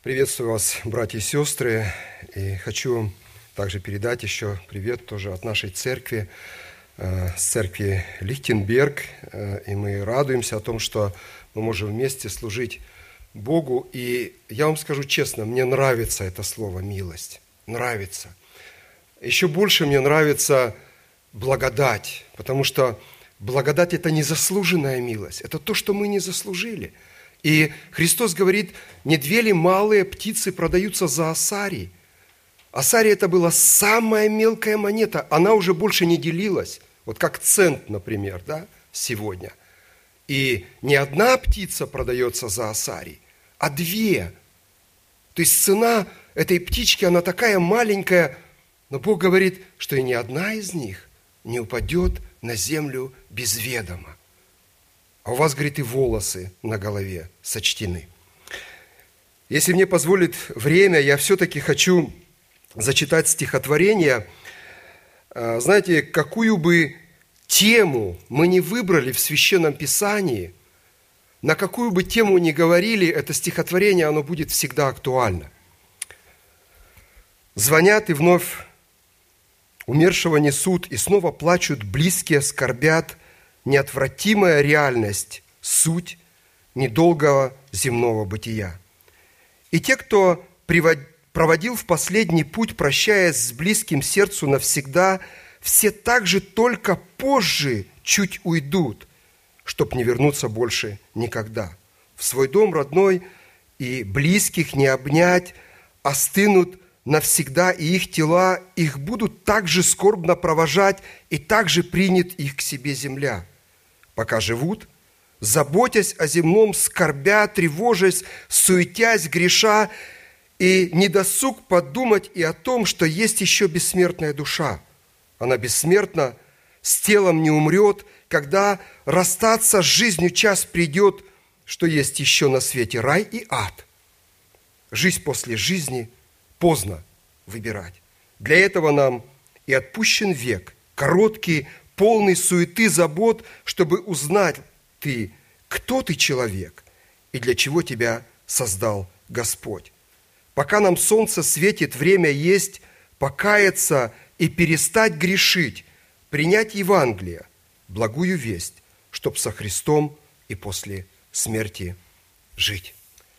Приветствую вас, братья и сестры, и хочу также передать еще привет тоже от нашей церкви, с церкви Лихтенберг, и мы радуемся о том, что мы можем вместе служить Богу, и я вам скажу честно, мне нравится это слово «милость», нравится. Еще больше мне нравится благодать, потому что благодать – это незаслуженная милость, это то, что мы не заслужили. И Христос говорит, не две ли малые птицы продаются за осарий? Осарий – это была самая мелкая монета, она уже больше не делилась, вот как цент, например, да, сегодня. И не одна птица продается за осарий, а две. То есть цена этой птички, она такая маленькая, но Бог говорит, что и ни одна из них не упадет на землю без ведома. А у вас, говорит, и волосы на голове сочтены. Если мне позволит время, я все-таки хочу зачитать стихотворение. Знаете, какую бы тему мы ни выбрали в Священном Писании, на какую бы тему ни говорили, это стихотворение, оно будет всегда актуально. Звонят и вновь умершего несут, и снова плачут близкие, скорбят. Неотвратимая реальность, суть недолгого земного бытия. И те, кто проводил в последний путь, прощаясь с близким сердцу навсегда, все также только позже чуть уйдут, чтоб не вернуться больше никогда. В свой дом родной и близких не обнять, остынут навсегда, и их тела, их будут также скорбно провожать, и также принят их к себе земля. Пока живут, заботясь о земном, скорбя, тревожась, суетясь, греша, и недосуг подумать и о том, что есть еще бессмертная душа. Она бессмертна, с телом не умрет, когда расстаться с жизнью час придет, что есть еще на свете рай и ад. Жизнь после жизни поздно выбирать. Для этого нам и отпущен век, короткий, полный суеты, забот, чтобы узнать ты, кто ты человек и для чего тебя создал Господь. Пока нам солнце светит, время есть покаяться и перестать грешить, принять Евангелие, благую весть, чтоб со Христом и после смерти жить.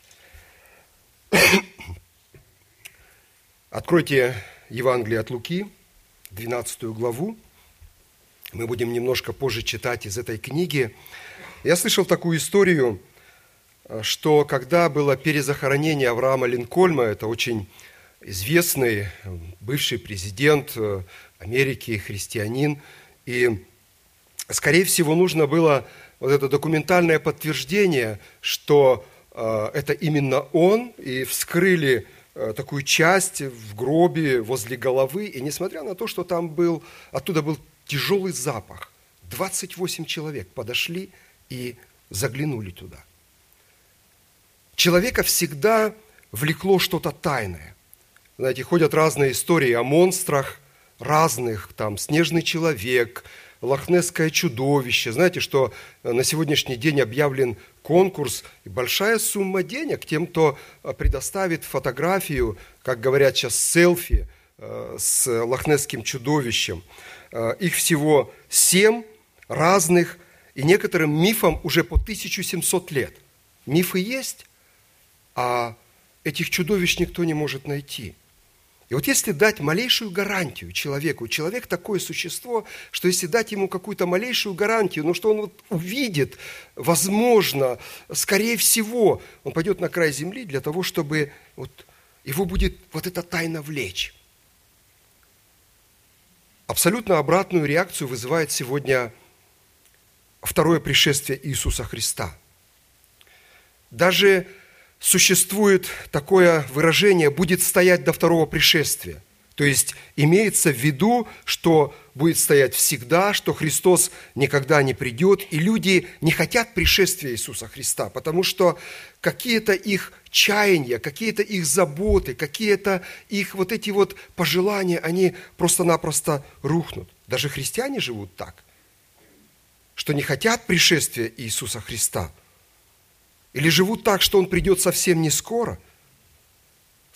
Откройте Евангелие от Луки, 12 главу. Мы будем немножко позже читать из этой книги. Я слышал такую историю, что когда было перезахоронение Авраама Линкольна, это очень известный бывший президент Америки, христианин, и, скорее всего, нужно было вот это документальное подтверждение, что это именно он, и вскрыли такую часть в гробе возле головы, и несмотря на то, что там оттуда был тяжелый запах, 28 человек подошли и заглянули туда. Человека всегда влекло что-то тайное. Знаете, ходят разные истории о монстрах разных, там, снежный человек, лохнесское чудовище. Знаете, что на сегодняшний день объявлен конкурс, и большая сумма денег тем, кто предоставит фотографию, как говорят сейчас, селфи с лохнесским чудовищем. Их всего 7 разных, и некоторым мифам уже по 1700 лет. Мифы есть, а этих чудовищ никто не может найти. И вот если дать малейшую гарантию человеку, человек такое существо, что если дать ему какую-то малейшую гарантию, что он вот увидит, возможно, скорее всего, он пойдет на край земли для того, чтобы его будет вот эта тайна влечь. Абсолютно обратную реакцию вызывает сегодня второе пришествие Иисуса Христа. Даже существует такое выражение «будет стоять до второго пришествия». То есть имеется в виду, что будет стоять всегда, что Христос никогда не придет, и люди не хотят пришествия Иисуса Христа, потому что какие-то их чаяния, какие-то их заботы, какие-то их вот эти вот пожелания, они просто-напросто рухнут. Даже христиане живут так, что не хотят пришествия Иисуса Христа, или живут так, что Он придет совсем не скоро.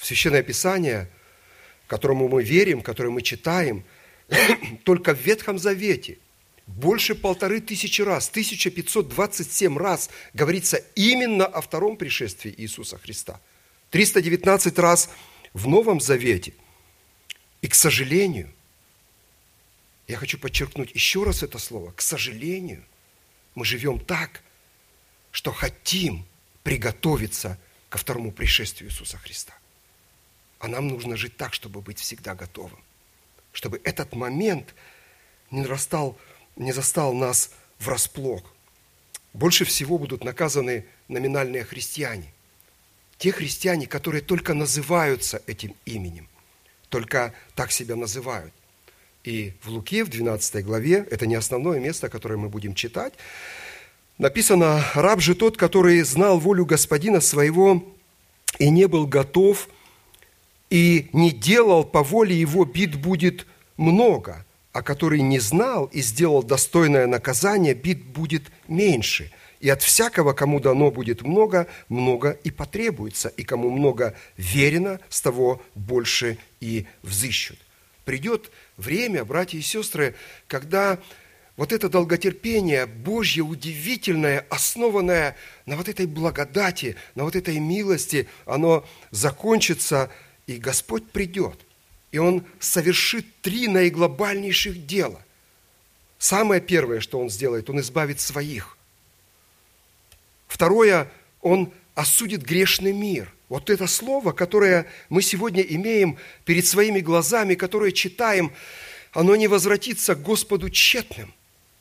в Священное Писание, которому мы верим, которое мы читаем, только в Ветхом Завете больше 1500 раз, 1527 раз говорится именно о втором пришествии Иисуса Христа. 319 раз в Новом Завете. И, к сожалению, я хочу подчеркнуть еще раз это слово, к сожалению, мы живем так, что хотим приготовиться ко второму пришествию Иисуса Христа. А нам нужно жить так, чтобы быть всегда готовым. Чтобы этот момент не застал нас врасплох. Больше всего будут наказаны номинальные христиане. Те христиане, которые только называются этим именем, только так себя называют. И в Луке, в 12 главе, это не основное место, которое мы будем читать, написано: «Раб же тот, который знал волю господина своего и не был готов, и не делал по воле его, бит будет много, а который не знал и сделал достойное наказание, бит будет меньше. И от всякого, кому дано будет много, много и потребуется, и кому много верено, с того больше и взыщут». Придет время, братья и сестры, когда вот это долготерпение Божье, удивительное, основанное на вот этой благодати, на вот этой милости, оно закончится, и Господь придет. И Он совершит 3 наиглобальнейших дела. Самое первое, что Он сделает, Он избавит своих. Второе, Он осудит грешный мир. Вот это слово, которое мы сегодня имеем перед своими глазами, которое читаем, оно не возвратится к Господу тщетным.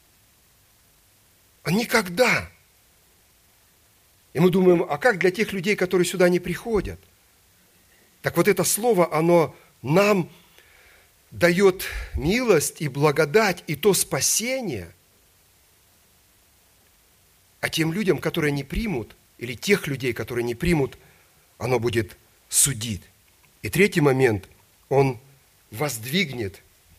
Никогда. И мы думаем, а как для тех людей, которые сюда не приходят? Так вот это слово, оно нам дает милость и благодать, и то спасение. А тем людям, которые не примут, или тех людей, которые не примут, оно будет судить. И третий момент, Он воздвигнет,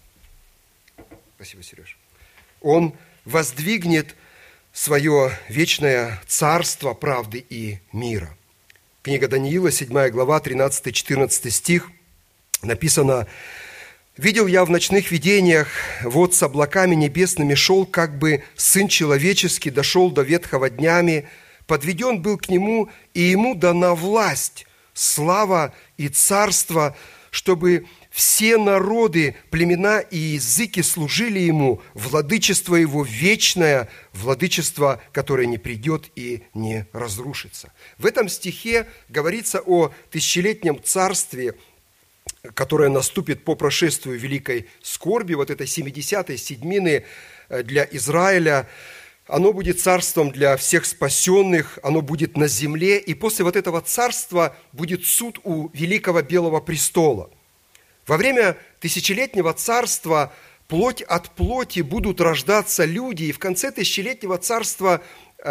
спасибо, Сереж, Он воздвигнет свое вечное царство правды и мира. Книга Даниила, 7 глава, 13-14 стих, написано: «Видел я в ночных видениях, вот с облаками небесными шел, как бы Сын Человеческий дошел до ветхого днями, подведен был к Нему, и Ему дана власть, слава и царство, чтобы все народы, племена и языки служили Ему, владычество Его вечное, владычество, которое не придет и не разрушится». В этом стихе говорится о тысячелетнем царстве, которое наступит по прошествию великой скорби, вот этой 70-й седьмины для Израиля. Оно будет царством для всех спасенных, оно будет на земле, и после вот этого царства будет суд у великого белого престола. Во время тысячелетнего царства плоть от плоти будут рождаться люди, и в конце тысячелетнего царства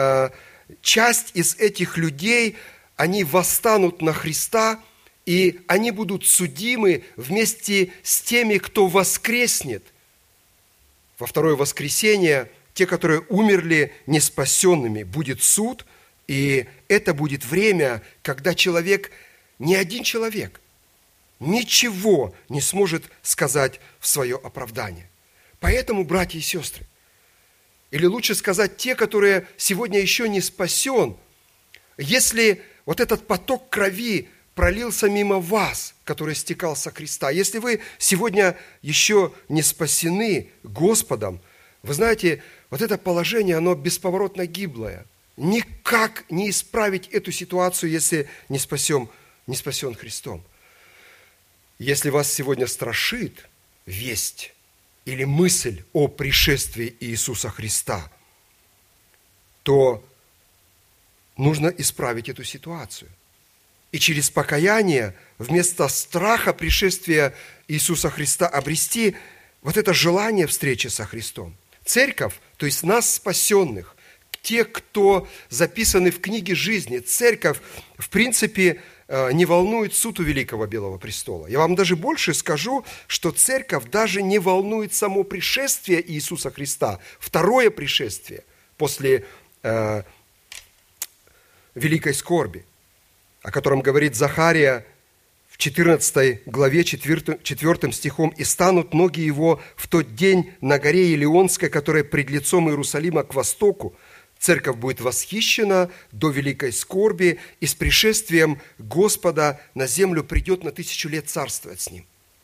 часть из этих людей, они восстанут на Христа, и они будут судимы вместе с теми, кто воскреснет. Во второе воскресенье те, которые умерли неспасенными, будет суд, и это будет время, когда человек, ни один человек, ничего не сможет сказать в свое оправдание. Поэтому, братья и сестры, или лучше сказать, те, которые сегодня еще не спасен, если вот этот поток крови пролился мимо вас, который стекал со креста, если вы сегодня еще не спасены Господом, вы знаете, вот это положение, оно бесповоротно гиблое. Никак не исправить эту ситуацию, если не спасен Христом. Если вас сегодня страшит весть или мысль о пришествии Иисуса Христа, то нужно исправить эту ситуацию. И через покаяние вместо страха пришествия Иисуса Христа обрести вот это желание встречи со Христом. Церковь, то есть нас, спасенных, те, кто записаны в книге жизни, церковь, в принципе, не волнует суд у Великого Белого Престола. Я вам даже больше скажу, что церковь даже не волнует само пришествие Иисуса Христа, второе пришествие после великой скорби, о котором говорит Захария в 14 главе 4 стихом: «И станут ноги его в тот день на горе Илионской, которая пред лицом Иерусалима к востоку. Церковь будет восхищена до великой скорби, и с пришествием Господа на землю придет на 1000 лет царствовать с ним».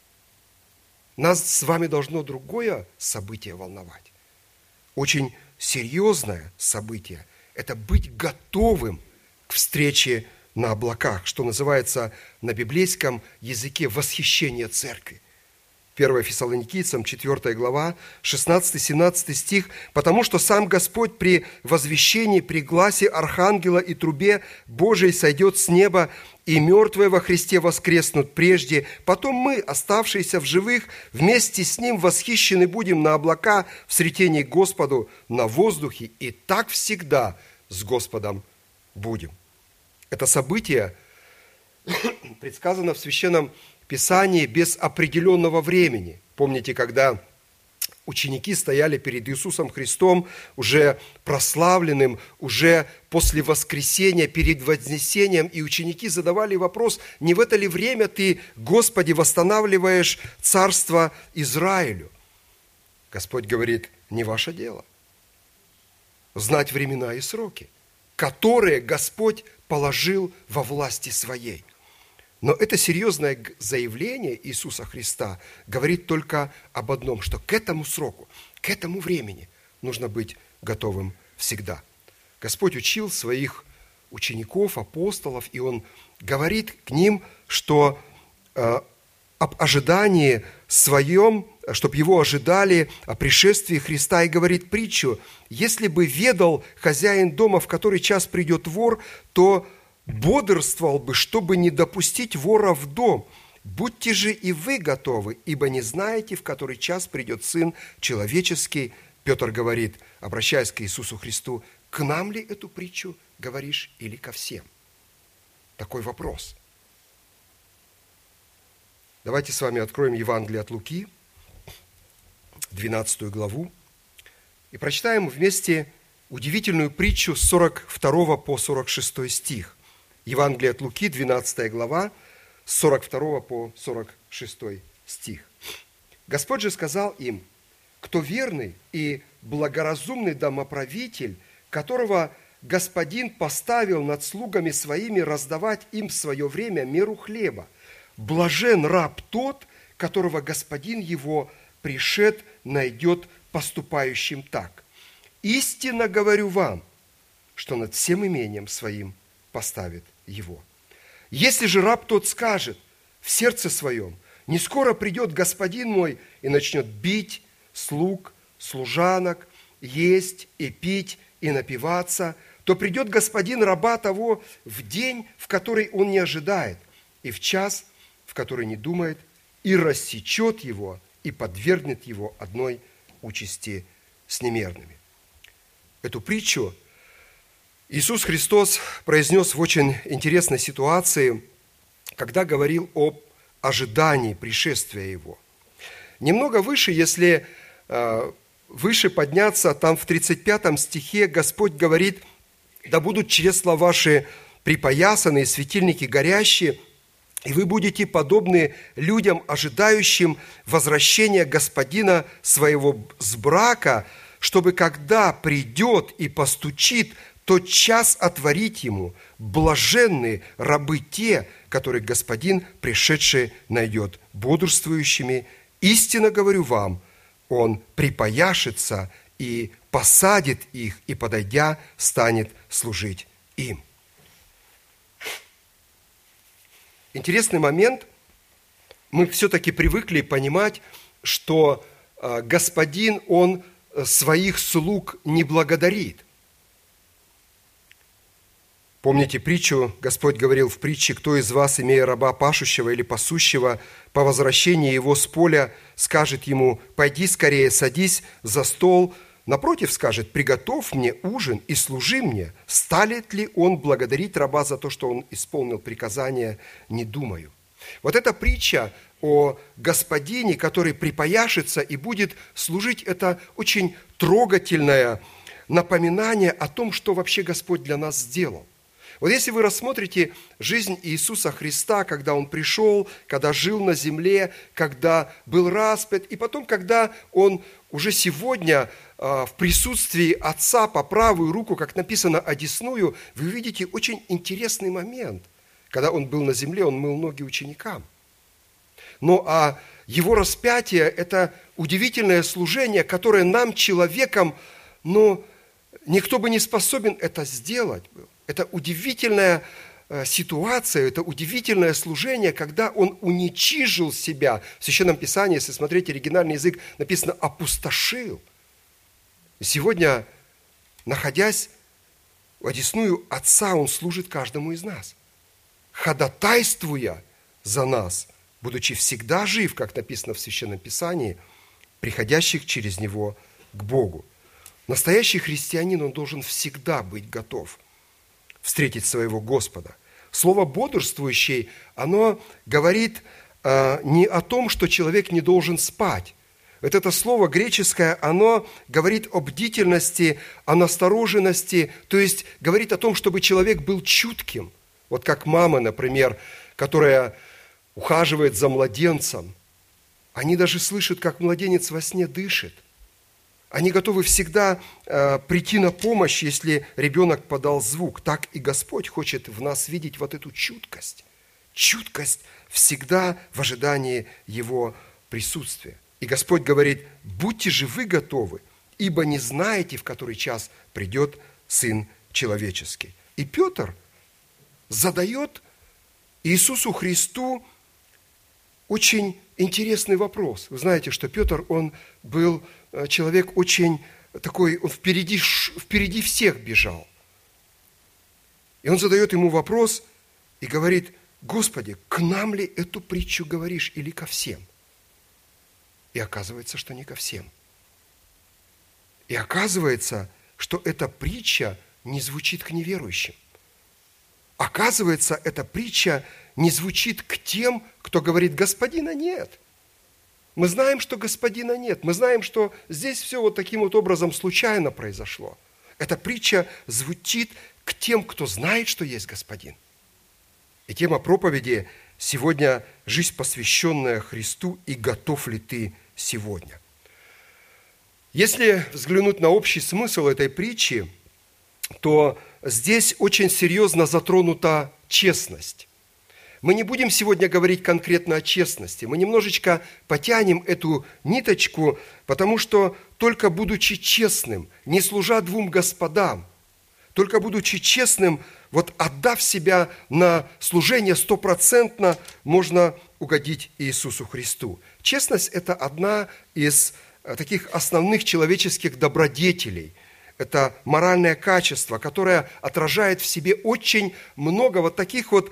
Нас с вами должно другое событие волновать. Очень серьезное событие – это быть готовым к встрече на облаках, что называется на библейском языке восхищение церкви. 1 Фессалоникийцам, 4 глава, 16-17 стих: «Потому что сам Господь при возвещении, при гласе архангела и трубе Божией сойдет с неба, и мертвые во Христе воскреснут прежде. Потом мы, оставшиеся в живых, вместе с Ним восхищены будем на облака в сретении к Господу на воздухе, и так всегда с Господом будем». Это событие предсказано в Священном Писании без определенного времени. Помните, когда ученики стояли перед Иисусом Христом, уже прославленным, уже после воскресения, перед вознесением, и ученики задавали вопрос: не в это ли время Ты, Господи, восстанавливаешь царство Израилю? Господь говорит: не ваше дело знать времена и сроки, которые Господь положил во власти Своей. Но это серьезное заявление Иисуса Христа говорит только об одном, что к этому сроку, к этому времени нужно быть готовым всегда. Господь учил своих учеников, апостолов, и Он говорит к ним, что об ожидании своем, чтобы его ожидали о пришествии Христа, и говорит притчу: «Если бы ведал хозяин дома, в который час придет вор, то бодрствовал бы, чтобы не допустить вора в дом. Будьте же и вы готовы, ибо не знаете, в который час придет Сын Человеческий». Петр говорит, обращаясь к Иисусу Христу: «К нам ли эту притчу говоришь или ко всем?» Такой вопрос. Давайте с вами откроем Евангелие от Луки, 12 главу, и прочитаем вместе удивительную притчу с 42 по 46 стих. Евангелие от Луки, 12 глава, с 42 по 46 стих. «Господь же сказал им: кто верный и благоразумный домоправитель, которого господин поставил над слугами своими раздавать им в свое время меру хлеба. Блажен раб тот, которого господин его, пришед, найдет поступающим так. Истинно говорю вам, что над всем имением своим поставит его. Если же раб тот скажет в сердце своем: не скоро придет господин мой, и начнет бить слуг, служанок, есть и пить и напиваться, то придет господин раба того в день, в который он не ожидает, и в час, в который не думает, и рассечет его, и подвергнет его одной участи с немерными». Эту притчу Иисус Христос произнес в очень интересной ситуации, когда говорил об ожидании пришествия Его. Немного выше, если выше подняться, там в 35 стихе Господь говорит: «Да будут чресла ваши припоясаны, светильники горящие, и вы будете подобны людям, ожидающим возвращения Господина своего с брака, чтобы, когда придет и постучит, тот час отворить ему. Блаженны рабы те, которых господин, пришедший, найдет бодрствующими. Истинно говорю вам, он припояшется и посадит их, и, подойдя, станет служить им». Интересный момент. Мы все-таки привыкли понимать, что господин, он своих слуг не благодарит. Помните притчу? Господь говорил в притче: «Кто из вас, имея раба пашущего или пасущего, по возвращении его с поля, скажет ему: пойди скорее, садись за стол, напротив, скажет: приготовь мне ужин и служи мне, станет ли он благодарить раба за то, что он исполнил приказание? Не думаю». Вот эта притча о господине, который припояшется и будет служить, это очень трогательное напоминание о том, что вообще Господь для нас сделал. Вот если вы рассмотрите жизнь Иисуса Христа, когда Он пришел, когда жил на земле, когда был распят, и потом, когда Он уже сегодня в присутствии Отца по правую руку, как написано, одесную, вы увидите очень интересный момент. Когда Он был на земле, Он мыл ноги ученикам. А Его распятие – это удивительное служение, которое нам, человекам, никто бы не способен это сделать был. Это удивительная ситуация, это удивительное служение, когда Он уничижил себя. В Священном Писании, если смотреть оригинальный язык, написано «опустошил». И сегодня, находясь одесную Отца, Он служит каждому из нас, ходатайствуя за нас, будучи всегда жив, как написано в Священном Писании, приходящих через Него к Богу. Настоящий христианин, он должен всегда быть готов встретить своего Господа. Слово «бодрствующий», оно говорит не о том, что человек не должен спать. Это слово греческое, оно говорит о бдительности, о настороженности, то есть говорит о том, чтобы человек был чутким. Вот как мама, например, которая ухаживает за младенцем. Они даже слышат, как младенец во сне дышит. Они готовы всегда прийти на помощь, если ребенок подал звук. Так и Господь хочет в нас видеть вот эту чуткость. Чуткость всегда в ожидании Его присутствия. И Господь говорит: будьте же вы готовы, ибо не знаете, в который час придет Сын Человеческий. И Петр задает Иисусу Христу очень интересный вопрос. Вы знаете, что Петр, он был человек очень такой, он впереди всех бежал. И он задает ему вопрос и говорит: Господи, к нам ли эту притчу говоришь или ко всем? И оказывается, что не ко всем. И оказывается, что эта притча не звучит к неверующим. Оказывается, эта притча не звучит к тем, кто говорит: Господина нет. Мы знаем, что Господина нет. Мы знаем, что здесь все вот таким вот образом случайно произошло. Эта притча звучит к тем, кто знает, что есть Господин. И тема проповеди сегодня – жизнь, посвященная Христу, и готов ли ты сегодня? Если взглянуть на общий смысл этой притчи, то здесь очень серьезно затронута честность. Мы не будем сегодня говорить конкретно о честности. Мы немножечко потянем эту ниточку, потому что только будучи честным, не служа двум господам, только будучи честным, вот отдав себя на служение 100%, можно угодить Иисусу Христу. Честность – это одна из таких основных человеческих добродетелей. Это моральное качество, которое отражает в себе очень много вот таких вот,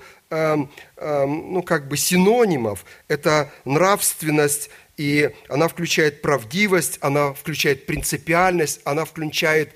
синонимов. Это нравственность, и она включает правдивость, она включает принципиальность, она включает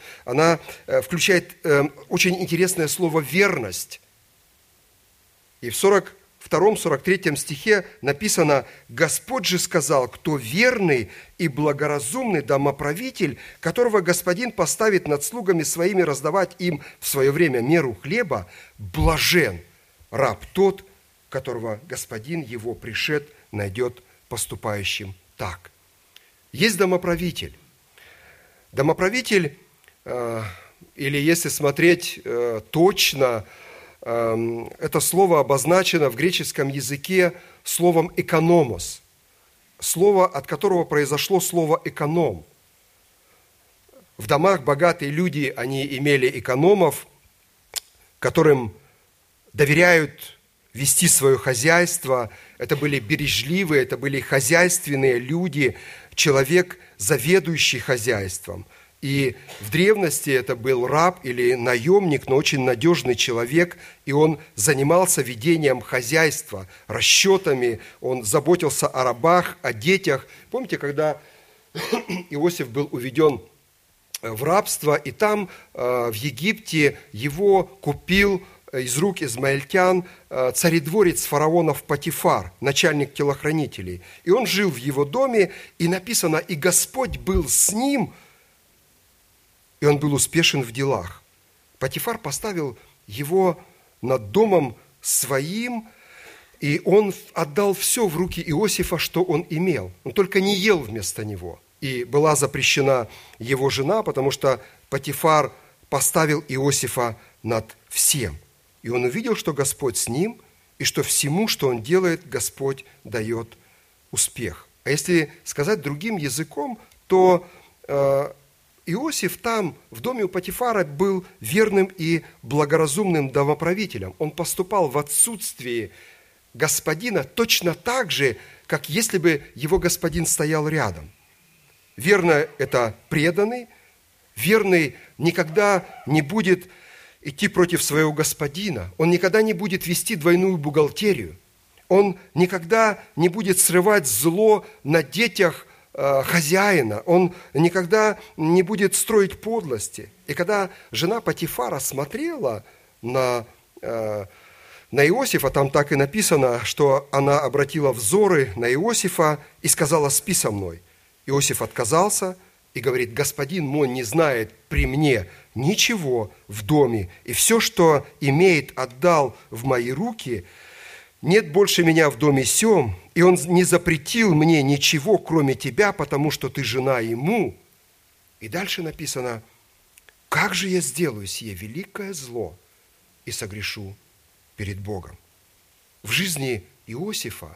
очень интересное слово «верность». И в 42-43 стихе написано: «Господь же сказал, кто верный и благоразумный домоправитель, которого Господин поставит над слугами своими раздавать им в свое время меру хлеба, блажен раб тот, которого Господин его пришед найдет поступающим так». Есть домоправитель. Домоправитель, или если смотреть точно, это слово обозначено в греческом языке словом «экономос», слово, от которого произошло слово «эконом». В домах богатые люди, они имели экономов, которым доверяют вести свое хозяйство. Это были бережливые, это были хозяйственные люди, человек, заведующий хозяйством. И в древности это был раб или наемник, но очень надежный человек, и он занимался ведением хозяйства, расчетами, он заботился о рабах, о детях. Помните, когда Иосиф был уведен в рабство, и там, в Египте, его купил из рук измаильтян царедворец фараонов Потифар, начальник телохранителей. И он жил в его доме, и написано: «И Господь был с ним, и он был успешен в делах». Потифар поставил его над домом своим, и он отдал все в руки Иосифа, что он имел. Он только не ел вместо него. И была запрещена его жена, потому что Потифар поставил Иосифа над всем. И он увидел, что Господь с ним, и что всему, что он делает, Господь дает успех. А если сказать другим языком, то Иосиф там, в доме у Потифара, был верным и благоразумным домоправителем. Он поступал в отсутствии господина точно так же, как если бы его господин стоял рядом. Верно – это преданный, верный никогда не будет идти против своего господина, он никогда не будет вести двойную бухгалтерию, он никогда не будет срывать зло на детях хозяина, он никогда не будет строить подлости. И когда жена Потифара смотрела на Иосифа, там так и написано, что она обратила взоры на Иосифа и сказала: «Спи со мной». Иосиф отказался и говорит: «Господин мой не знает при мне ничего в доме, и все, что имеет, отдал в мои руки. Нет больше меня в доме сем, и он не запретил мне ничего, кроме тебя, потому что ты жена ему». И дальше написано: «Как же я сделаю сие великое зло и согрешу перед Богом». В жизни Иосифа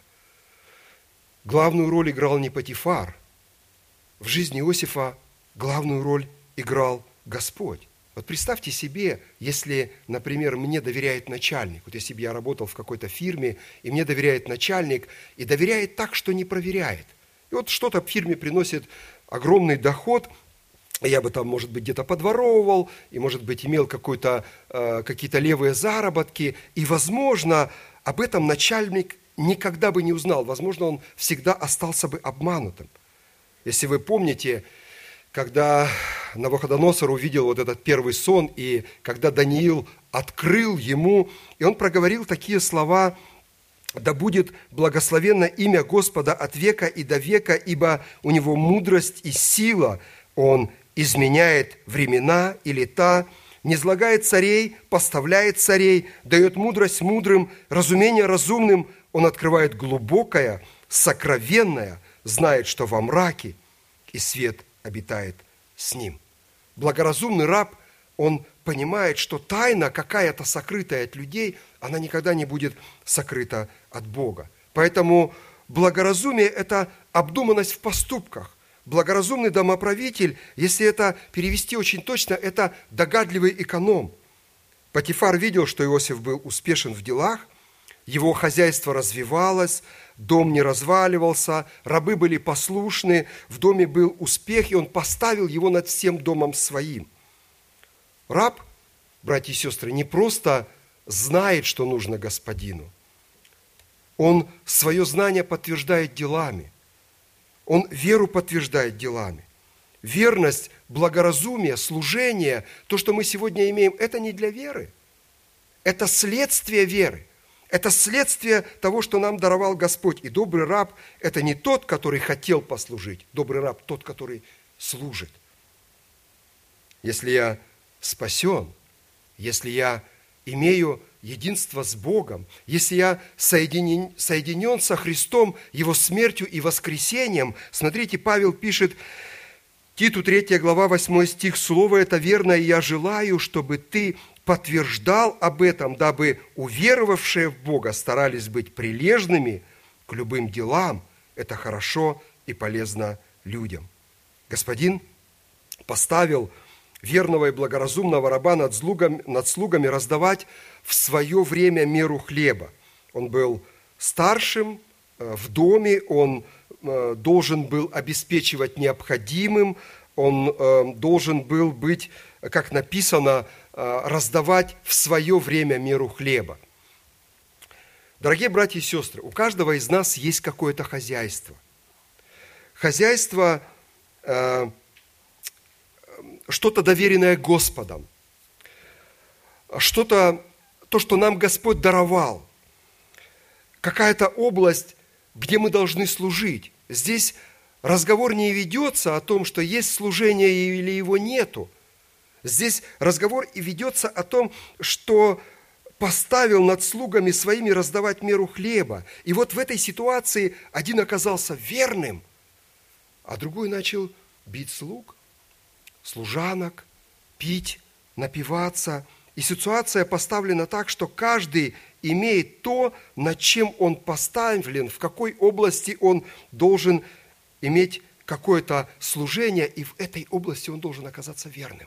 главную роль играл не Потифар. В жизни Иосифа главную роль играл Господь. Вот представьте себе, если, например, мне доверяет начальник. Вот если бы я работал в какой-то фирме, и мне доверяет начальник, и доверяет так, что не проверяет. И вот что-то в фирме приносит огромный доход, я бы там, может быть, где-то подворовывал, и, может быть, имел какие-то левые заработки, и, возможно, об этом начальник никогда бы не узнал. Возможно, он всегда остался бы обманутым. Если вы помните, когда Навуходоносор увидел вот этот первый сон, и когда Даниил открыл ему, и он проговорил такие слова: «Да будет благословенно имя Господа от века и до века, ибо у него мудрость и сила, он изменяет времена и лета, низлагает царей, поставляет царей, дает мудрость мудрым, разумение разумным, он открывает глубокое, сокровенное, знает, что во мраке, и свет обитает с ним». Благоразумный раб, он понимает, что тайна какая-то сокрытая от людей, она никогда не будет сокрыта от Бога. Поэтому благоразумие – это обдуманность в поступках. Благоразумный домоправитель, если это перевести очень точно, это догадливый эконом. Потифар видел, что Иосиф был успешен в делах, его хозяйство развивалось, дом не разваливался, рабы были послушны, в доме был успех, и он поставил его над всем домом своим. Раб, братья и сестры, не просто знает, что нужно господину, он свое знание подтверждает делами, он веру подтверждает делами. Верность, благоразумие, служение, то, что мы сегодня имеем, это не для веры, это следствие веры. Это следствие того, что нам даровал Господь. И добрый раб – это не тот, который хотел послужить. Добрый раб – тот, который служит. Если я спасен, если я имею единство с Богом, если я соединен со Христом, Его смертью и воскресением, смотрите, Павел пишет, Титу 3 глава 8 стих: «Слово это верно, и я желаю, чтобы ты подтверждал об этом, дабы уверовавшие в Бога старались быть прилежными к любым делам. Это хорошо и полезно людям». Господин поставил верного и благоразумного раба над слугами раздавать в свое время меру хлеба. Он был старшим в доме, он должен был обеспечивать необходимым, он должен был быть, как написано, раздавать в свое время меру хлеба. Дорогие братья и сестры, у каждого из нас есть какое-то хозяйство. Хозяйство, что-то доверенное Господом, что-то, то, что нам Господь даровал, какая-то область, где мы должны служить. Здесь разговор не ведется о том, что есть служение или его нету. Здесь разговор и ведется о том, что поставил над слугами своими раздавать меру хлеба. И вот в этой ситуации один оказался верным, а другой начал бить слуг, служанок, пить, напиваться. И ситуация поставлена так, что каждый имеет то, над чем он поставлен, в какой области он должен иметь какое-то служение, и в этой области он должен оказаться верным.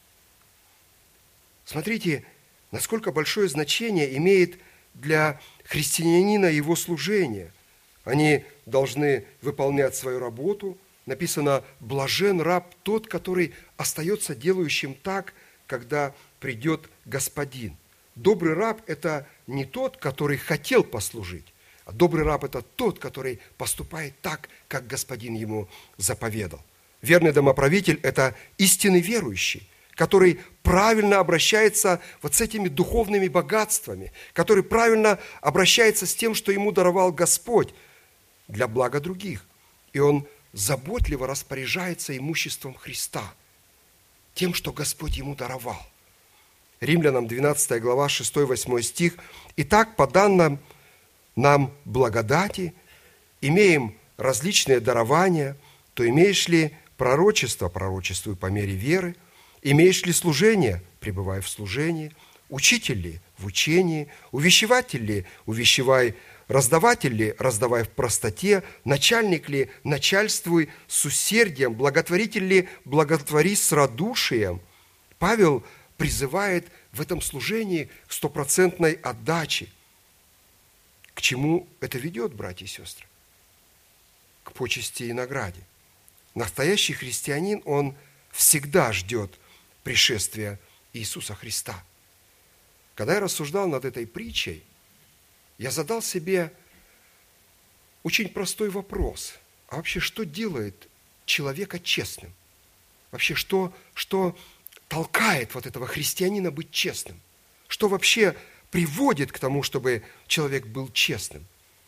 Смотрите, насколько большое значение имеет для христианина его служение. Они должны выполнять свою работу. Написано: «Блажен раб тот, который остается делающим так, когда придет Господин». Добрый раб – это не тот, который хотел послужить, а добрый раб – это тот, который поступает так, как Господин ему заповедал. Верный домоправитель – это истинный верующий, который правильно обращается вот с этими духовными богатствами, который правильно обращается с тем, что ему даровал Господь для блага других. И он заботливо распоряжается имуществом Христа, тем, что Господь ему даровал. Римлянам 12 глава, 6-8 стих. «Итак, по данным нам благодати, имеем различные дарования, то имеешь ли пророчество, пророчествуй по мере веры, имеешь ли служение, пребывай в служении, учитель ли в учении, увещеватель ли, увещевай, раздаватель ли, раздавай в простоте, начальник ли, начальствуй с усердием, благотворитель ли, благотвори с радушием». Павел призывает в этом служении к 100% отдаче. К чему это ведет, братья и сестры? К почести и награде. Настоящий христианин, он всегда ждет пришествия Иисуса Христа. Когда я рассуждал над этой притчей, я задал себе очень простой вопрос. А вообще, что делает человека честным? Вообще, что толкает вот этого христианина быть честным? Что вообще приводит к тому, чтобы человек был честным?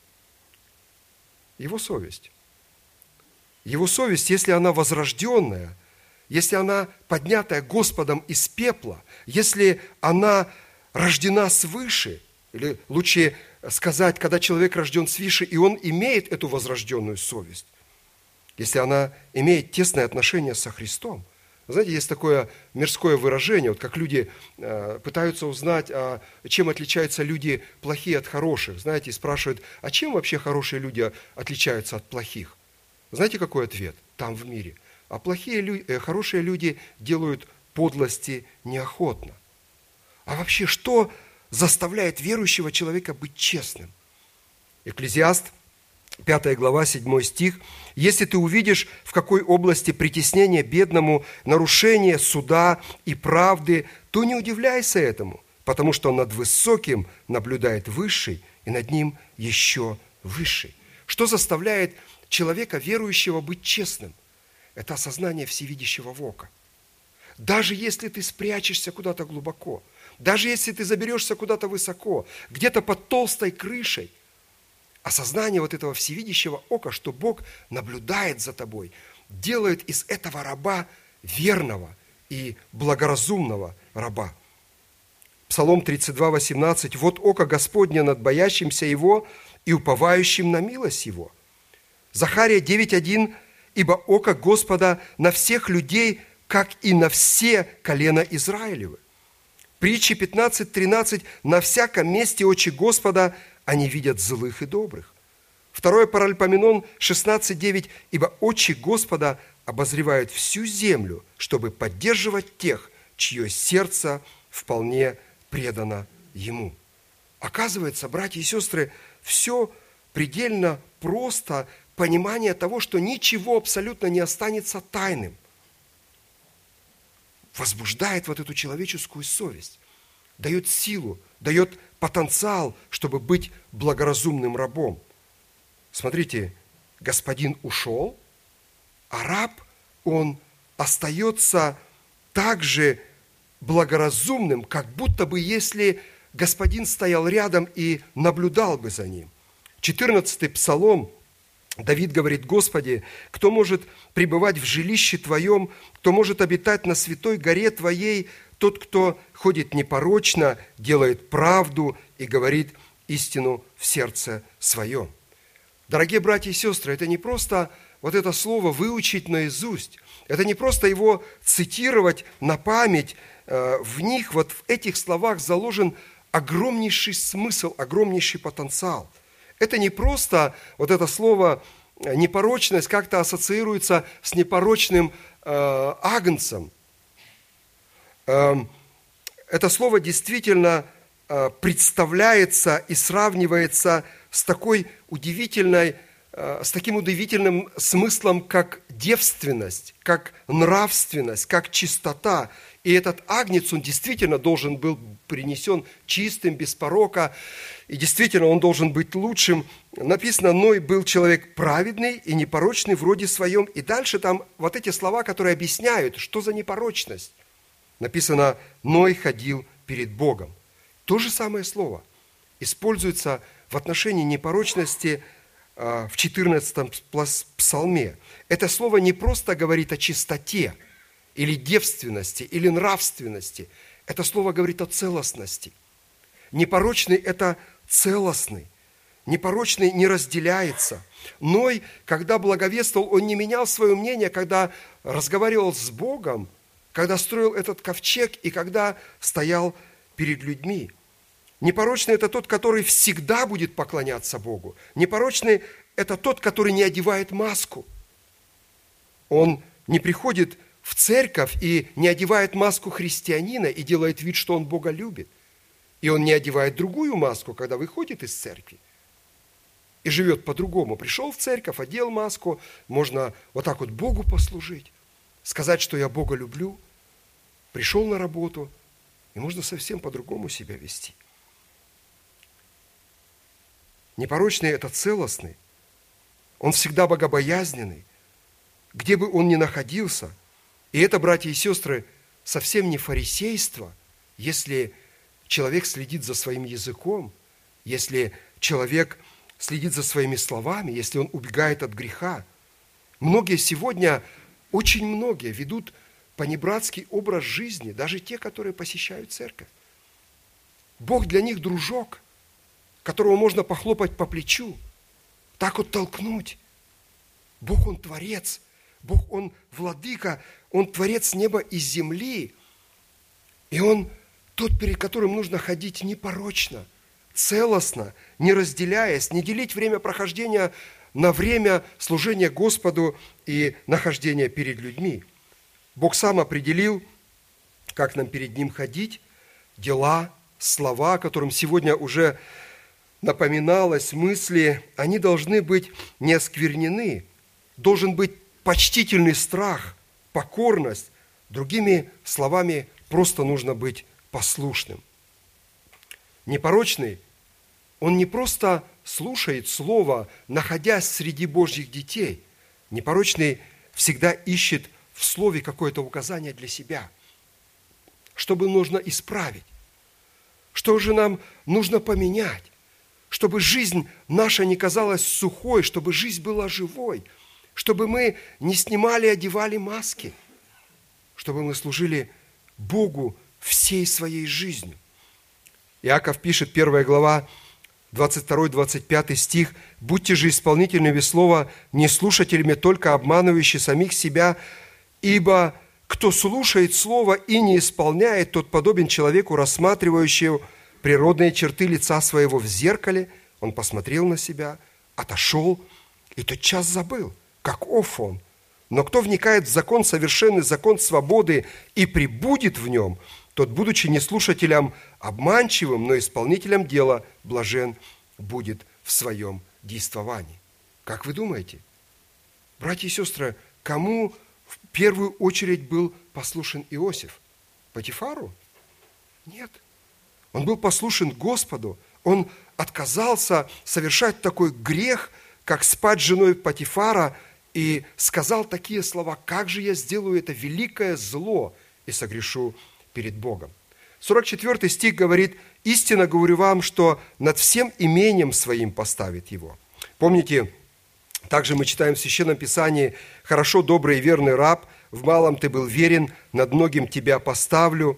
Его совесть. Его совесть, если она возрожденная, если она поднятая Господом из пепла, если она рождена свыше, или лучше сказать, когда человек рожден свыше, и он имеет эту возрожденную совесть, если она имеет тесное отношение со Христом. Знаете, есть такое мирское выражение, вот как люди пытаются узнать, чем отличаются люди плохие от хороших. Знаете, спрашивают, а чем вообще хорошие люди отличаются от плохих? Знаете, какой ответ там в мире? А хорошие люди делают подлости неохотно. А вообще, что заставляет верующего человека быть честным? Экклезиаст, 5 глава, 7 стих. «Если ты увидишь, в какой области притеснения бедному, нарушение суда и правды, то не удивляйся этому, потому что над высоким наблюдает высший, и над ним еще высший». Что заставляет человека, верующего, быть честным? Это осознание всевидящего Бога. Даже если ты спрячешься куда-то глубоко, даже если ты заберешься куда-то высоко, где-то под толстой крышей, осознание вот этого всевидящего ока, что Бог наблюдает за тобой, делает из этого раба верного и благоразумного раба. Псалом 32, 18. «Вот око Господне над боящимся Его и уповающим на милость Его». Захария 9:1. «Ибо око Господа на всех людей, как и на все колена Израилевы». Притчи 15:13. «На всяком месте очи Господа, они видят злых и добрых». 2 Паральпоменон 16:9. «Ибо очи Господа обозревают всю землю, чтобы поддерживать тех, чье сердце вполне предано Ему». Оказывается, братья и сестры, все предельно просто понимание того, что ничего абсолютно не останется тайным. Возбуждает вот эту человеческую совесть, дает силу, дает потенциал, чтобы быть благоразумным рабом. Смотрите, господин ушел, а раб, он остается также благоразумным, как будто бы если господин стоял рядом и наблюдал бы за ним. 14-й Псалом, Давид говорит: «Господи, кто может пребывать в жилище Твоем, кто может обитать на святой горе Твоей, Тот, кто ходит непорочно, делает правду и говорит истину в сердце своем. Дорогие братья и сестры, это не просто вот это слово выучить наизусть, это не просто его цитировать на память. В них, вот в этих словах заложен огромнейший смысл, огромнейший потенциал. Это не просто вот это слово непорочность как-то ассоциируется с непорочным агнцем. Это слово действительно представляется и сравнивается с таким удивительным смыслом, как девственность, как нравственность, как чистота. И этот агнец, он действительно должен был принесен чистым, без порока, и действительно он должен быть лучшим. Написано, Ной был человек праведный и непорочный в роде своем. И дальше там вот эти слова, которые объясняют, что за непорочность. Написано, Ной ходил перед Богом. То же самое слово используется в отношении непорочности в 14-м псалме. Это слово не просто говорит о чистоте, или девственности, или нравственности. Это слово говорит о целостности. Непорочный – это целостный. Непорочный не разделяется. Ной, когда благовествовал, он не менял свое мнение, когда разговаривал с Богом, когда строил этот ковчег и когда стоял перед людьми. Непорочный – это тот, который всегда будет поклоняться Богу. Непорочный – это тот, который не одевает маску. Он не приходит в церковь и не одевает маску христианина и делает вид, что он Бога любит. И он не одевает другую маску, когда выходит из церкви и живет по-другому. Пришел в церковь, одел маску, можно вот так вот Богу послужить, сказать, что я Бога люблю, пришел на работу, и можно совсем по-другому себя вести. Непорочный – это целостный, он всегда богобоязненный, где бы он ни находился. И это, братья и сестры, совсем не фарисейство, если человек следит за своим языком, если человек следит за своими словами, если он убегает от греха. Многие сегодня, очень многие ведут понебратский образ жизни, даже те, которые посещают церковь. Бог для них дружок, которого можно похлопать по плечу, так вот толкнуть. Бог, Он творец, Бог, Он владыка, Он творец неба и земли. И Он тот, перед которым нужно ходить непорочно, целостно, не разделяясь, не делить время прохождения на время служения Господу и нахождения перед людьми. Бог сам определил, как нам перед Ним ходить, дела, слова, которым сегодня уже напоминалось, мысли, они должны быть не осквернены. Должен быть почтительный страх, покорность. Другими словами, просто нужно быть послушным. Непорочный, он не просто слушает Слово, находясь среди Божьих детей. Непорочный всегда ищет в Слове какое-то указание для себя. Что бы нужно исправить? Что же нам нужно поменять? Чтобы жизнь наша не казалась сухой, чтобы жизнь была живой, чтобы мы не снимали и одевали маски, чтобы мы служили Богу всей своей жизнью. Иаков пишет, 1 глава, 22-25 стих: «Будьте же исполнителями слова, не слушателями, только обманывающие самих себя, ибо кто слушает слово и не исполняет, тот подобен человеку, рассматривающему природные черты лица своего в зеркале. Он посмотрел на себя, отошел и тотчас забыл, каков он. Но кто вникает в закон совершенный, закон свободы, и пребудет в нем, тот, будучи не слушателем обманчивым, но исполнителем дела, блажен будет в своем действовании». Как вы думаете, братья и сестры, кому в первую очередь был послушен Иосиф? Потифару? Нет. Он был послушен Господу. Он отказался совершать такой грех, как спать с женой Потифара, и сказал такие слова: «Как же я сделаю это великое зло и согрешу перед Богом». 44 стих говорит: «Истинно говорю вам, что над всем имением своим поставит его». Помните, также мы читаем в Священном Писании: «Хорошо, добрый и верный раб, в малом ты был верен, над многим тебя поставлю».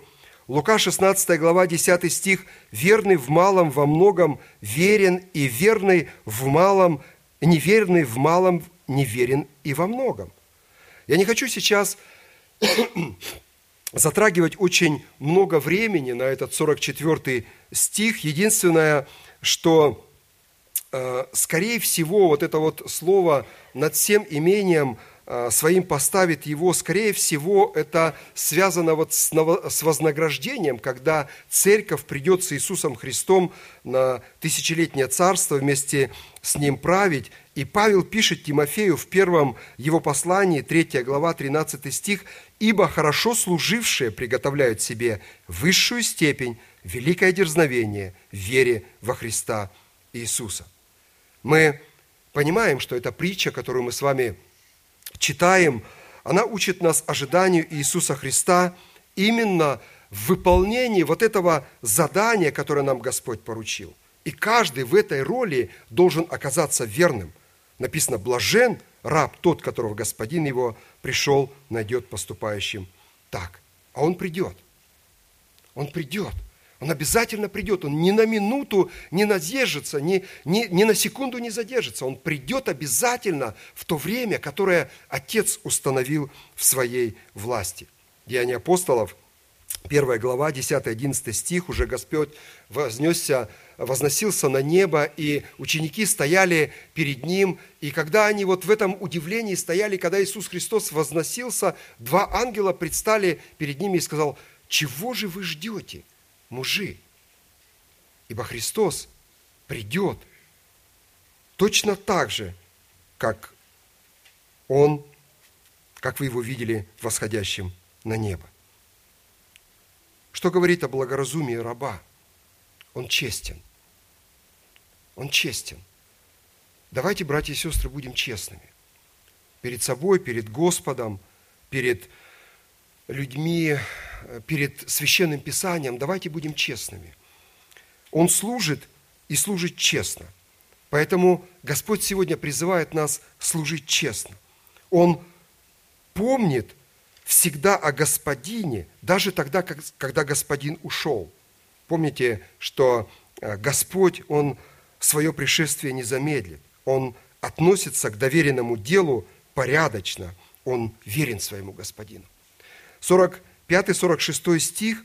Лука 16 глава 10 стих: «Верный в малом во многом верен, и верный в малом, неверный в малом неверен и во многом». Я не хочу сейчас затрагивать очень много времени на этот 44 стих. Единственное, что, скорее всего, вот это вот слово «над всем имением своим поставит его», скорее всего, это связано вот с вознаграждением, когда церковь придет с Иисусом Христом на тысячелетнее царство вместе с Ним править. И Павел пишет Тимофею в первом его послании, 3 глава, 13 стих: «Ибо хорошо служившие приготовляют себе высшую степень, великое дерзновение в вере во Христа Иисуса». Мы понимаем, что эта притча, которую мы с вами читаем, она учит нас ожиданию Иисуса Христа именно в выполнении вот этого задания, которое нам Господь поручил. И каждый в этой роли должен оказаться верным. Написано: «Блажен раб тот, которого господин его пришел, найдет поступающим так». А он придет. Он придет. Он обязательно придет. Он ни на минуту не задержится, ни на секунду не задержится. Он придет обязательно в то время, которое Отец установил в своей власти. Деяния апостолов, 1 глава, 10-11 стих, уже Господь возносился на небо, и ученики стояли перед Ним. И когда они вот в этом удивлении стояли, когда Иисус Христос возносился, два ангела предстали перед ними и сказал: «Чего же вы ждете, мужи? Ибо Христос придет точно так же, как Он, как вы Его видели восходящим на небо». Что говорит о благоразумии раба? Он честен. Он честен. Давайте, братья и сестры, будем честными. Перед собой, перед Господом, перед людьми, перед Священным Писанием. Давайте будем честными. Он служит и служит честно. Поэтому Господь сегодня призывает нас служить честно. Он помнит всегда о Господине, даже тогда, когда Господин ушел. Помните, что Господь, Он свое пришествие не замедлит. Он относится к доверенному делу порядочно. Он верен своему Господину. 45-46 стих.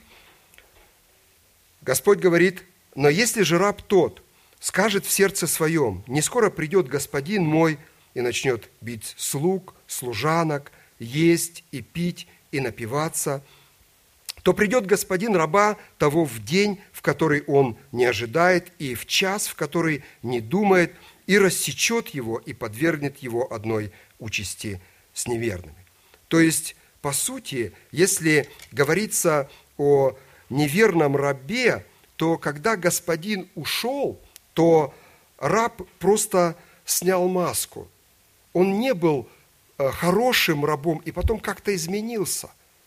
Господь говорит: «Но если же раб тот скажет в сердце своем: не скоро придет Господин мой, и начнет бить слуг, служанок, есть и пить и напиваться, то придет господин раба того в день, в который он не ожидает, и в час, в который не думает, и рассечет его, и подвергнет его одной участи с неверными». То есть, по сути, если говорится о неверном рабе, то когда господин ушел, то раб просто снял маску. Он не был хорошим рабом и потом как-то изменился.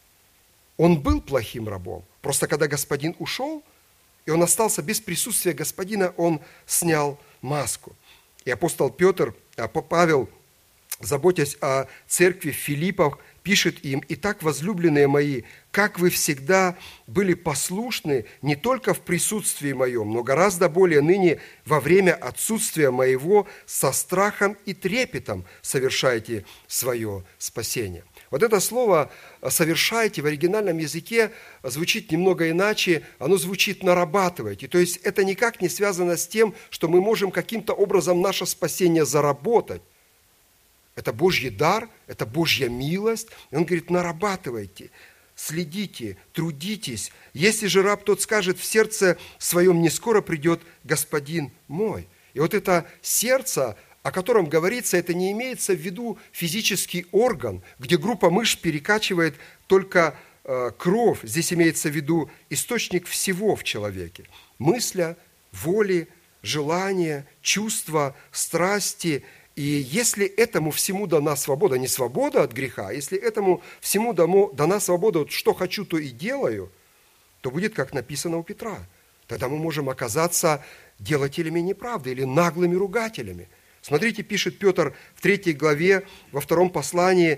Он был плохим рабом. Просто когда господин ушел, и он остался без присутствия господина, он снял маску. И апостол Павел, заботясь о церкви в Филиппах, пишет им: «Итак, возлюбленные мои, как вы всегда были послушны не только в присутствии моем, но гораздо более ныне во время отсутствия моего со страхом и трепетом совершайте свое спасение». Вот это слово «совершайте» в оригинальном языке звучит немного иначе, оно звучит «нарабатывайте». То есть это никак не связано с тем, что мы можем каким-то образом наше спасение заработать. Это Божий дар, это Божья милость. И он говорит: нарабатывайте, следите, трудитесь. Если же раб тот скажет в сердце своем: не скоро придет господин мой. И вот это сердце, о котором говорится, это не имеется в виду физический орган, где группа мышц перекачивает только кровь. Здесь имеется в виду источник всего в человеке. Мысля, воли, желания, чувства, страсти. И если этому всему дана свобода, не свобода от греха, если этому всему дана свобода, вот что хочу, то и делаю, то будет, как написано у Петра. Тогда мы можем оказаться делателями неправды или наглыми ругателями. Смотрите, пишет Петр в 3 главе, во 2 послании,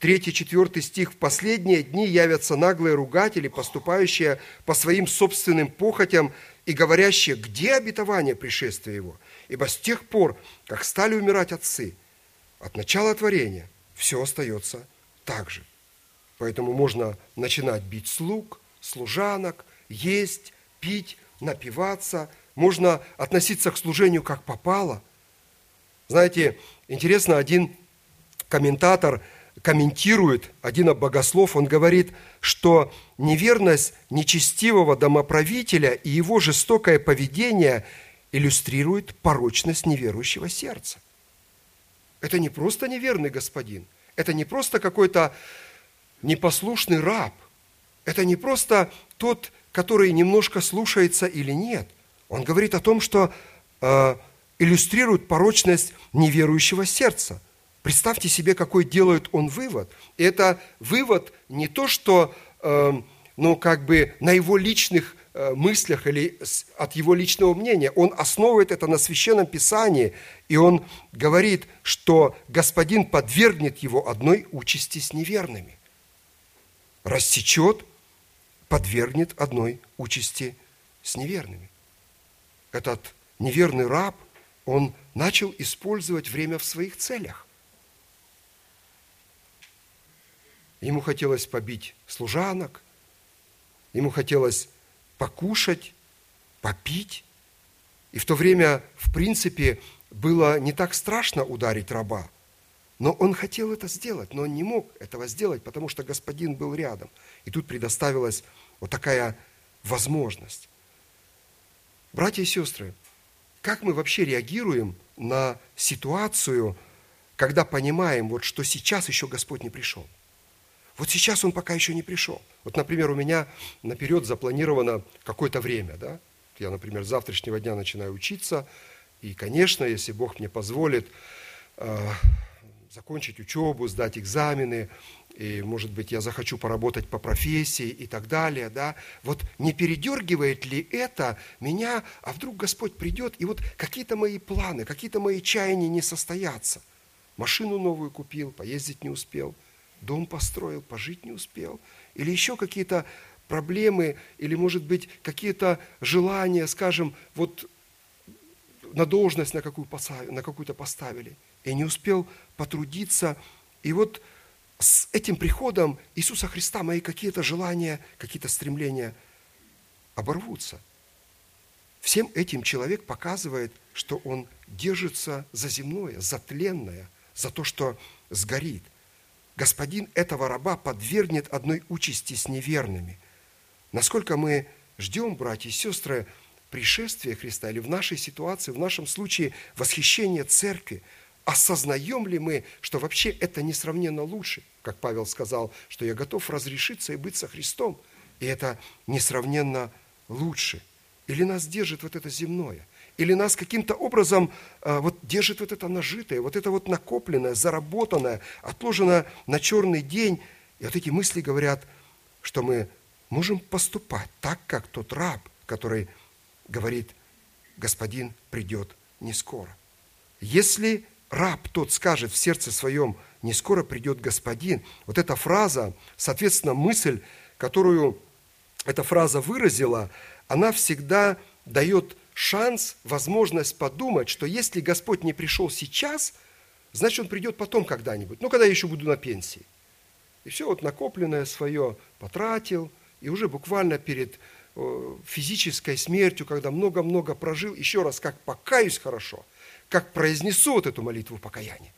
3-4 стих. «В последние дни явятся наглые ругатели, поступающие по своим собственным похотям и говорящие, где обетование пришествия его? Ибо с тех пор, как стали умирать отцы, от начала творения, все остается так же». Поэтому можно начинать бить слуг, служанок, есть, пить, напиваться. Можно относиться к служению как попало. Знаете, интересно, один комментатор комментирует, один богослов, он говорит, что неверность нечестивого домоправителя и его жестокое поведение иллюстрирует порочность неверующего сердца. Это не просто неверный господин, это не просто какой-то непослушный раб, это не просто тот, который немножко слушается или нет. Он говорит о том, что иллюстрирует порочность неверующего сердца. Представьте себе, какой делает он вывод. И это вывод не то, что на его личных мыслях или от его личного мнения. Он основывает это на Священном Писании, и он говорит, что Господин подвергнет его одной участи с неверными. Рассечет, подвергнет одной участи с неверными. Этот неверный раб, он начал использовать время в своих целях. Ему хотелось побить служанок, ему хотелось покушать, попить. И в то время, в принципе, было не так страшно ударить раба. Но он хотел это сделать, но он не мог этого сделать, потому что господин был рядом. И тут предоставилась вот такая возможность. Братья и сестры, как мы вообще реагируем на ситуацию, когда понимаем, вот, что сейчас еще Господь не пришел? Вот сейчас Он пока еще не пришел. Вот, например, у меня наперед запланировано какое-то время, да? Я, например, с завтрашнего дня начинаю учиться, и, конечно, если Бог мне позволит закончить учебу, сдать экзамены, и, может быть, я захочу поработать по профессии и так далее, да? Вот не передергивает ли это меня, а вдруг Господь придет, и вот какие-то мои планы, какие-то мои чаяния не состоятся. Машину новую купил, поездить не успел, дом построил, пожить не успел, или еще какие-то проблемы, или, может быть, какие-то желания, скажем, вот на должность на какую-то поставили, и не успел потрудиться, и вот с этим приходом Иисуса Христа мои какие-то желания, какие-то стремления оборвутся. Всем этим человек показывает, что он держится за земное, за тленное, за то, что сгорит. Господин этого раба подвергнет одной участи с неверными. Насколько мы ждем, братья и сестры, пришествия Христа, или в нашей ситуации, в нашем случае восхищение церкви, осознаем ли мы, что вообще это несравненно лучше, как Павел сказал, что я готов разрешиться и быть со Христом, и это несравненно лучше. Или нас держит вот это земное, или нас каким-то образом вот держит вот это нажитое, вот это вот накопленное, заработанное, отложенное на черный день. И вот эти мысли говорят, что мы можем поступать так, как тот раб, который говорит, господин придет не скоро. Если раб тот скажет в сердце своем, не скоро придет господин, вот эта фраза, соответственно, мысль, которую эта фраза выразила, она всегда дает шанс, возможность подумать, что если Господь не пришел сейчас, значит, Он придет потом когда-нибудь, когда я еще буду на пенсии. И все вот накопленное свое потратил, и уже буквально перед физической смертью, когда много-много прожил, еще раз, как покаюсь хорошо, как произнесу вот эту молитву покаяния.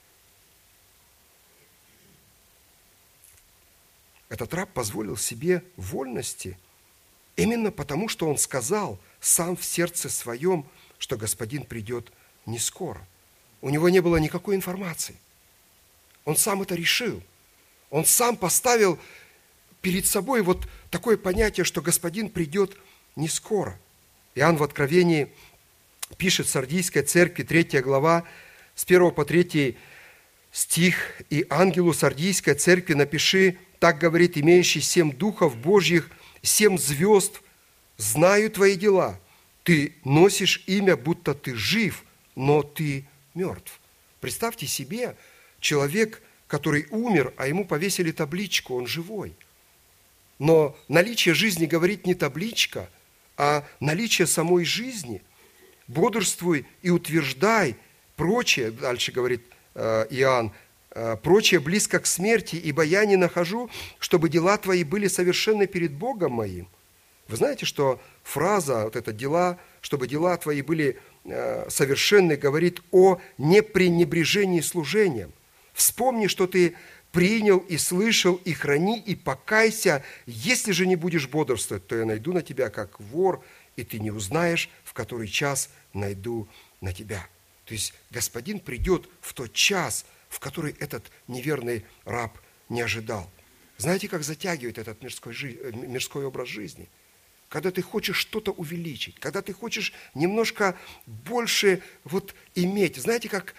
Этот раб позволил себе вольности именно потому, что он сказал сам в сердце своем, что господин придет не скоро. У него не было никакой информации. Он сам это решил. Он сам поставил перед собой вот такое понятие, что господин придет не скоро. Иоанн в Откровении пишет Сардийской церкви, 3 глава, с 1 по 3 стих, «И ангелу Сардийской церкви напиши, так говорит имеющий 7 духов Божьих, 7 звезд, знаю твои дела. Ты носишь имя, будто ты жив, но ты мертв». Представьте себе, человек который умер, а ему повесили табличку, он живой. Но наличие жизни говорит не табличка, а наличие самой жизни. Бодрствуй и утверждай прочее, дальше говорит Иоанн, прочее близко к смерти, ибо я не нахожу, чтобы дела твои были совершенны перед Богом моим. Вы знаете, что фраза, вот это дела, чтобы дела твои были совершенны, говорит о непренебрежении служением. Вспомни, что ты принял и слышал, и храни, и покайся. Если же не будешь бодрствовать, то я найду на тебя, как вор, и ты не узнаешь, в который час найду на тебя. То есть Господин придет в тот час, в который этот неверный раб не ожидал. Знаете, как затягивает этот мирской образ жизни? Когда ты хочешь что-то увеличить, когда ты хочешь немножко больше иметь. Знаете, как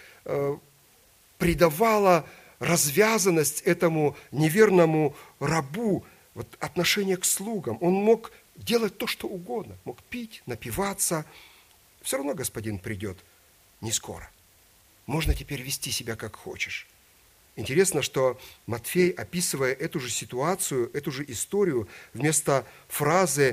придавала развязанность этому неверному рабу отношение к слугам. Он мог делать то, что угодно. Мог пить, напиваться. Все равно Господин придет не скоро. Можно теперь вести себя как хочешь. Интересно, что Матфей, описывая эту же ситуацию, эту же историю, вместо фразы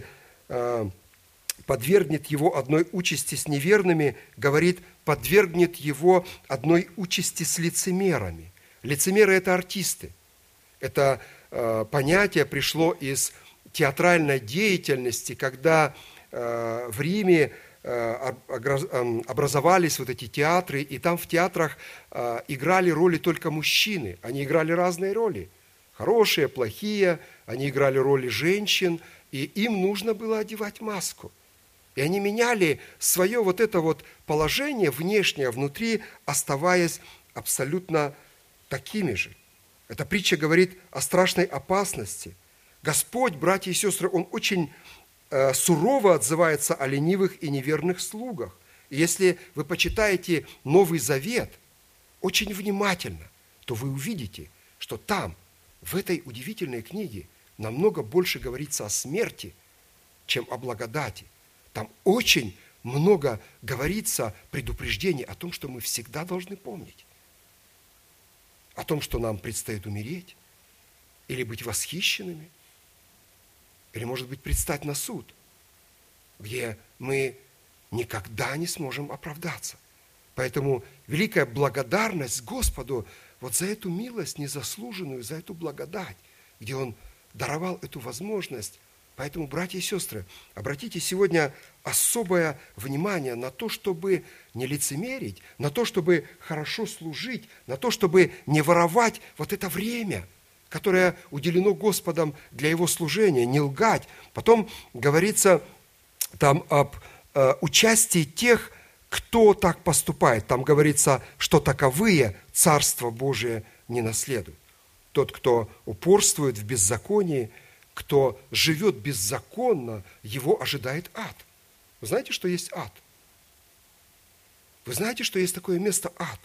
«подвергнет его одной участи с неверными», говорит «подвергнет его одной участи с лицемерами». Лицемеры – это артисты. Это понятие пришло из театральной деятельности, когда в Риме образовались эти театры, и там в театрах играли роли только мужчины. Они играли разные роли. Хорошие, плохие. Они играли роли женщин, и им нужно было одевать маску. И они меняли свое положение внешнее, внутри, оставаясь абсолютно такими же. Эта притча говорит о страшной опасности. Господь, братья и сестры, Он очень сурово отзывается о ленивых и неверных слугах. И если вы почитаете Новый Завет очень внимательно, то вы увидите, что там, в этой удивительной книге, намного больше говорится о смерти, чем о благодати. Там очень много говорится предупреждений о том, что мы всегда должны помнить. О том, что нам предстоит умереть, или быть восхищенными, или, может быть, предстать на суд, где мы никогда не сможем оправдаться. Поэтому великая благодарность Господу за эту милость незаслуженную, за эту благодать, где Он даровал эту возможность. Поэтому, братья и сестры, обратите сегодня особое внимание на то, чтобы не лицемерить, на то, чтобы хорошо служить, на то, чтобы не воровать это время, которое уделено Господом для Его служения, не лгать. Потом говорится там об участии тех, кто так поступает. Там говорится, что таковые Царство Божие не наследуют. Тот, кто упорствует в беззаконии, кто живет беззаконно, его ожидает ад. Вы знаете, что есть ад? Вы знаете, что есть такое место ад?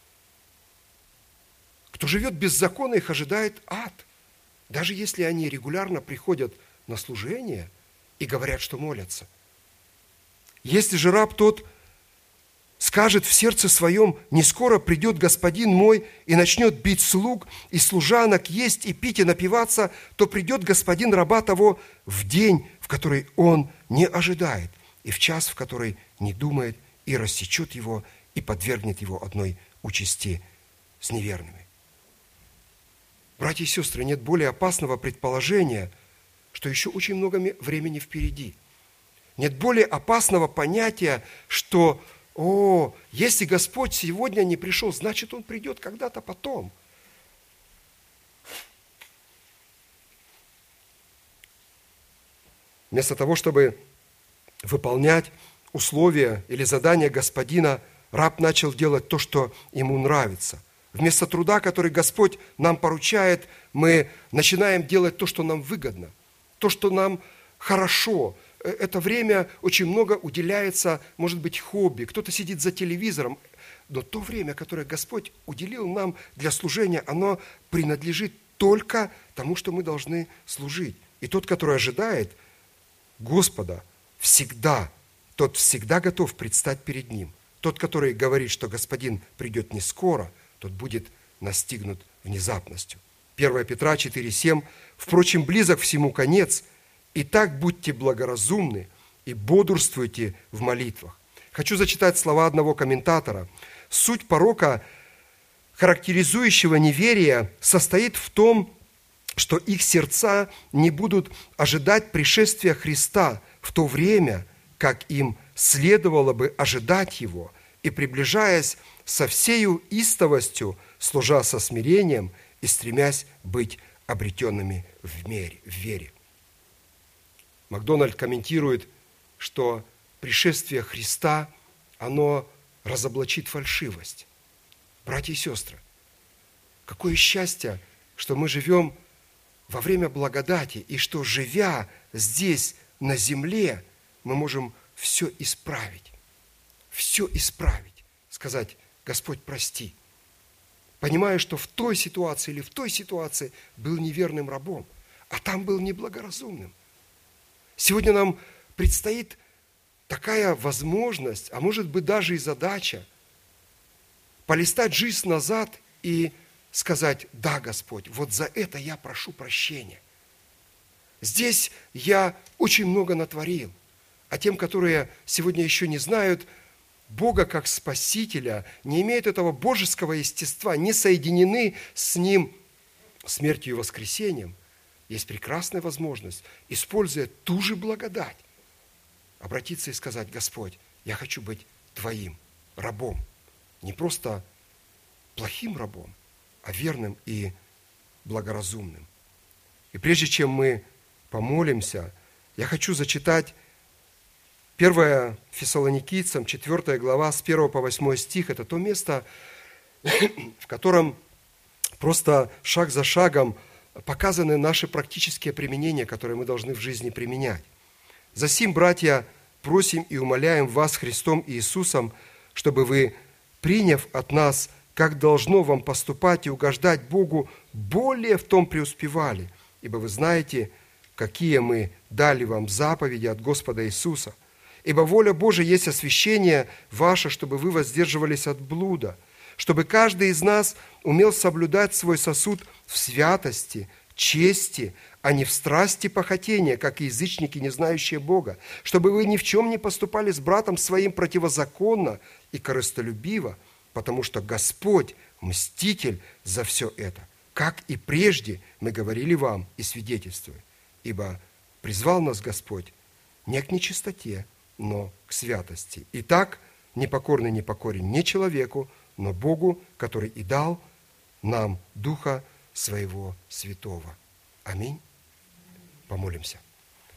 Кто живет беззаконно, их ожидает ад. Даже если они регулярно приходят на служение и говорят, что молятся. Если же раб тот скажет в сердце своем: «Не скоро придет господин мой и начнет бить слуг и служанок, есть и пить и напиваться», то придет господин раба того в день, в который он не ожидает, и в час, в который не думает, и рассечет его, и подвергнет его одной участи с неверными. Братья и сестры, нет более опасного предположения, что еще очень много времени впереди. Нет более опасного понятия, что если Господь сегодня не пришел, значит, Он придет когда-то потом. Вместо того, чтобы выполнять условия или задания Господина, раб начал делать то, что ему нравится. Вместо труда, который Господь нам поручает, мы начинаем делать то, что нам выгодно, то, что нам хорошо. Это время очень много уделяется, может быть, хобби. Кто-то сидит за телевизором. Но то время, которое Господь уделил нам для служения, оно принадлежит только тому, что мы должны служить. И тот, который ожидает Господа, тот всегда готов предстать перед Ним. Тот, который говорит, что Господин придет не скоро, тот будет настигнут внезапностью. 1 Петра 4,7. «Впрочем, близок всему конец, итак будьте благоразумны и бодрствуйте в молитвах». Хочу зачитать слова одного комментатора. Суть порока, характеризующего неверие, состоит в том, что их сердца не будут ожидать пришествия Христа в то время, как им следовало бы ожидать Его, и, приближаясь со всею истовостью, служа со смирением и стремясь быть обретенными в вере. Макдональд комментирует, что пришествие Христа, оно разоблачит фальшивость. Братья и сестры, какое счастье, что мы живем во время благодати, и что, живя здесь, на земле, мы можем все исправить. Все исправить. Сказать: Господь, прости. Понимая, что в той ситуации или в той ситуации был неверным рабом, а там был неблагоразумным. Сегодня нам предстоит такая возможность, а может быть даже и задача, полистать жизнь назад и сказать: да, Господь, вот за это я прошу прощения. Здесь я очень много натворил. А тем, которые сегодня еще не знают Бога как Спасителя, не имеют этого божеского естества, не соединены с Ним смертью и воскресением, есть прекрасная возможность, используя ту же благодать, обратиться и сказать: Господь, я хочу быть Твоим рабом. Не просто плохим рабом, а верным и благоразумным. И прежде чем мы помолимся, я хочу зачитать 1 Фессалоникийцам, 4 глава, с 1 по 8 стих. Это то место, в котором просто шаг за шагом показаны наши практические применения, которые мы должны в жизни применять. «Засим, братья, просим и умоляем вас Христом Иисусом, чтобы вы, приняв от нас, как должно вам поступать и угождать Богу, более в том преуспевали, ибо вы знаете, какие мы дали вам заповеди от Господа Иисуса. Ибо воля Божия есть освящение ваше, чтобы вы воздерживались от блуда, чтобы каждый из нас умел соблюдать свой сосуд в святости, чести, а не в страсти похотения, как и язычники, не знающие Бога, чтобы вы ни в чем не поступали с братом своим противозаконно и корыстолюбиво, потому что Господь мститель за все это, как и прежде мы говорили вам и свидетельствуем. Ибо призвал нас Господь не к нечистоте, но к святости. Итак, непокорный не покорен не человеку, но Богу, который и дал нам Духа Своего Святого. Аминь. Помолимся.